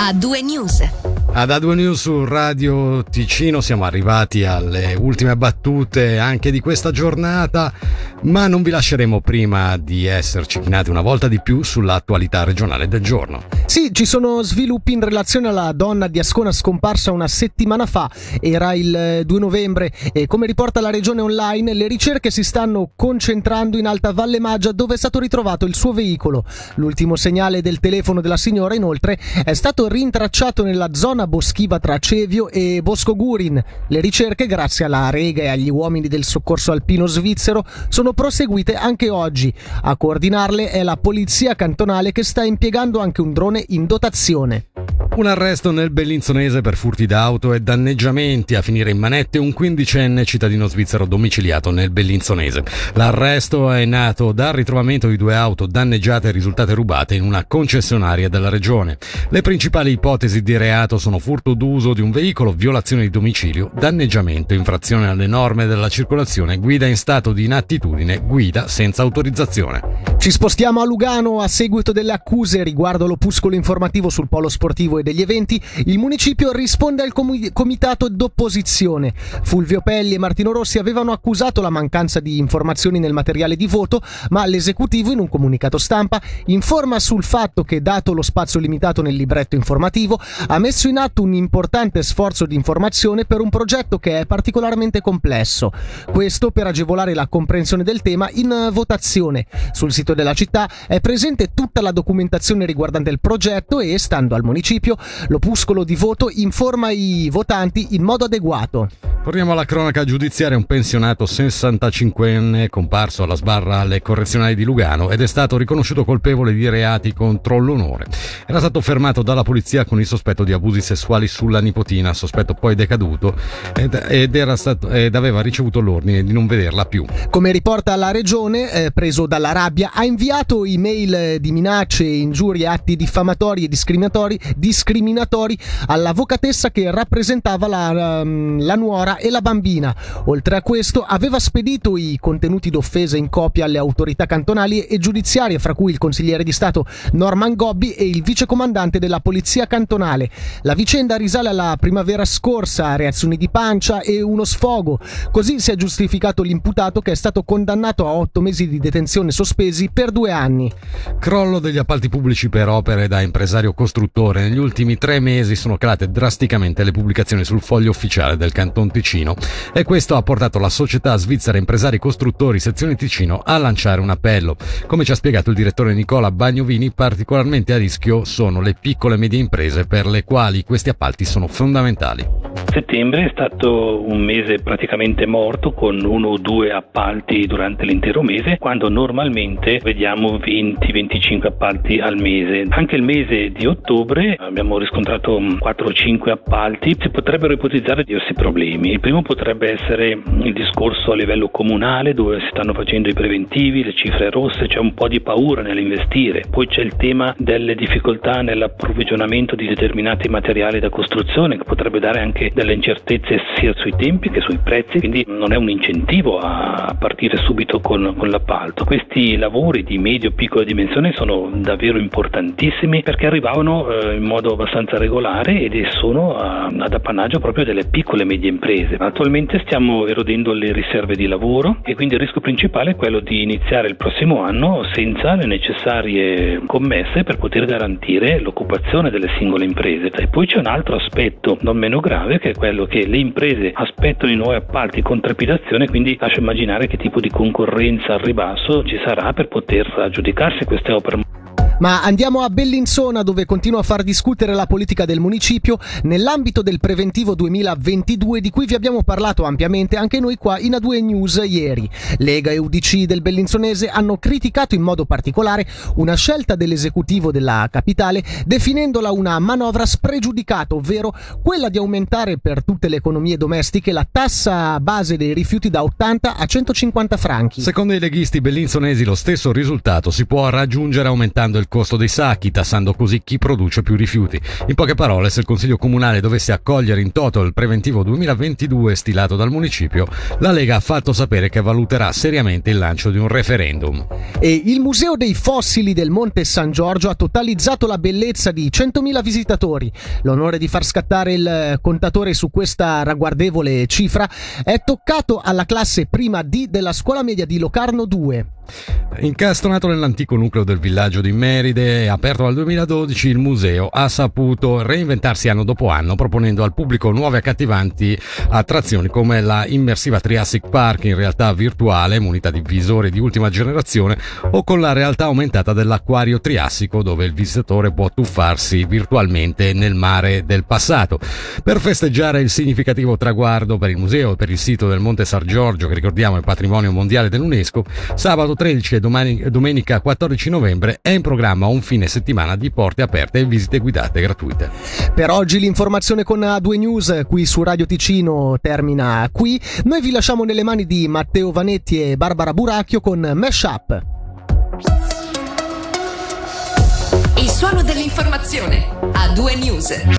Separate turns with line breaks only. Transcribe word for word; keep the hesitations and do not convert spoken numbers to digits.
A due News.
Ad A due News su Radio Ticino siamo arrivati alle ultime battute anche di questa giornata, ma non vi lasceremo prima di esserci chinati una volta di più sull'attualità regionale del giorno.
Sì, ci sono sviluppi in relazione alla donna di Ascona scomparsa una settimana fa, era il due novembre, e come riporta la Regione Online le ricerche si stanno concentrando in Alta Valle Maggia, dove è stato ritrovato il suo veicolo. L'ultimo segnale del telefono della signora inoltre è stato rintracciato nella zona boschiva tra Cevio e Bosco Gurin. Le ricerche, grazie alla Rega e agli uomini del soccorso alpino svizzero, sono proseguite anche oggi. A coordinarle è la polizia cantonale, che sta impiegando anche un drone in dotazione.
Un arresto nel Bellinzonese per furti d'auto e danneggiamenti. A finire in manette un quindicenne cittadino svizzero domiciliato nel Bellinzonese. L'arresto è nato dal ritrovamento di due auto danneggiate e risultate rubate in una concessionaria della regione. Le principali ipotesi di reato sono furto d'uso di un veicolo, violazione di domicilio, danneggiamento, infrazione alle norme della circolazione, guida in stato di inattitudine, guida senza autorizzazione.
Ci spostiamo a Lugano. A seguito delle accuse riguardo l'opuscolo informativo sul polo sportivo e degli eventi, il municipio risponde al com- comitato d'opposizione. Fulvio Pelli e Martino Rossi avevano accusato la mancanza di informazioni nel materiale di voto, ma l'esecutivo in un comunicato stampa informa sul fatto che, dato lo spazio limitato nel libretto informativo, ha messo in atto un importante sforzo di informazione per un progetto che è particolarmente complesso. Questo per agevolare la comprensione del tema in votazione. Sul sito della città è presente tutta la documentazione riguardante il progetto e, stando al municipio, l'opuscolo di voto informa i votanti in modo adeguato.
Torniamo alla cronaca giudiziaria. Un pensionato sessantacinquenne comparso alla sbarra alle correzionali di Lugano ed è stato riconosciuto colpevole di reati contro l'onore. Era stato fermato dalla polizia con il sospetto di abusi sessuali sulla nipotina, sospetto poi decaduto, ed, ed, era stato, ed aveva ricevuto l'ordine di non vederla più.
Come riporta la regione, eh, preso dalla rabbia, ha inviato email di minacce, ingiurie, atti diffamatori e discriminatori, discriminatori all'avvocatessa che rappresentava la, la nuora e la bambina. Oltre a questo, aveva spedito i contenuti d'offesa in copia alle autorità cantonali e giudiziarie, fra cui il consigliere di Stato Norman Gobbi e il vicecomandante della polizia cantonale. La vicenda risale alla primavera scorsa, reazioni di pancia e uno sfogo. Così si è giustificato l'imputato, che è stato condannato a otto mesi di detenzione sospesi per due anni.
Crollo degli appalti pubblici per opere da impresario costruttore. Negli ultimi tre mesi sono calate drasticamente le pubblicazioni sul foglio ufficiale del Canton Ticino, e questo ha portato la società svizzera Impresari Costruttori Sezione Ticino a lanciare un appello. Come ci ha spiegato il direttore Nicola Bagnovini, particolarmente a rischio sono le piccole e medie imprese, per le quali questi appalti sono fondamentali.
Settembre è stato un mese praticamente morto, con uno o due appalti durante l'intero mese, quando normalmente vediamo venti venticinque appalti al mese. Anche il mese di ottobre abbiamo riscontrato quattro o cinque appalti. Si potrebbero ipotizzare diversi problemi. Il primo potrebbe essere il discorso a livello comunale, dove si stanno facendo i preventivi, le cifre rosse, c'è un po' di paura nell'investire. Poi c'è il tema delle difficoltà nell'approvvigionamento di determinati materiali da costruzione, che potrebbe dare anche delle incertezze sia sui tempi che sui prezzi, quindi non è un incentivo a partire subito con, con l'appalto. Questi lavori di medio-piccola dimensione sono davvero importantissimi, perché arrivavano eh, in modo abbastanza regolare ed sono eh, ad appannaggio proprio delle piccole e medie imprese. Attualmente stiamo erodendo le riserve di lavoro e quindi il rischio principale è quello di iniziare il prossimo anno senza le necessarie commesse per poter garantire l'occupazione delle singole imprese. E poi c'è un altro aspetto non meno grave, che è quello che le imprese aspettano i nuovi appalti con trepidazione, quindi lascia immaginare che tipo di concorrenza al ribasso ci sarà per poter aggiudicarsi queste opere.
Ma andiamo a Bellinzona, dove continua a far discutere la politica del municipio nell'ambito del preventivo duemilaventidue, di cui vi abbiamo parlato ampiamente anche noi qua in A due News ieri. Lega e U D C del Bellinzonese hanno criticato in modo particolare una scelta dell'esecutivo della capitale, definendola una manovra spregiudicata, ovvero quella di aumentare per tutte le economie domestiche la tassa base dei rifiuti da ottanta a centocinquanta franchi.
Secondo i leghisti bellinzonesi lo stesso risultato si può raggiungere aumentando il costo dei sacchi, tassando così chi produce più rifiuti. In poche parole, se il Consiglio Comunale dovesse accogliere in toto il preventivo duemilaventidue stilato dal municipio, la Lega ha fatto sapere che valuterà seriamente il lancio di un referendum.
E il Museo dei Fossili del Monte San Giorgio ha totalizzato la bellezza di centomila visitatori. L'onore di far scattare il contatore su questa ragguardevole cifra è toccato alla classe prima D della scuola media di Locarno due.
Incastonato nell'antico nucleo del villaggio di Meride e aperto nel duemiladodici, il museo ha saputo reinventarsi anno dopo anno, proponendo al pubblico nuove accattivanti attrazioni come la immersiva Triassic Park in realtà virtuale, munita di visori di ultima generazione, o con la realtà aumentata dell'acquario triassico, dove il visitatore può tuffarsi virtualmente nel mare del passato. Per festeggiare il significativo traguardo per il museo e per il sito del Monte San Giorgio, che ricordiamo è patrimonio mondiale dell'UNESCO, sabato tredici e domani, domenica quattordici novembre è in programma un fine settimana di porte aperte e visite guidate gratuite.
Per oggi l'informazione con A due News qui su Radio Ticino termina qui. Noi vi lasciamo nelle mani di Matteo Vanetti e Barbara Buracchio con Mashup.
Il suono dell'informazione. A due News.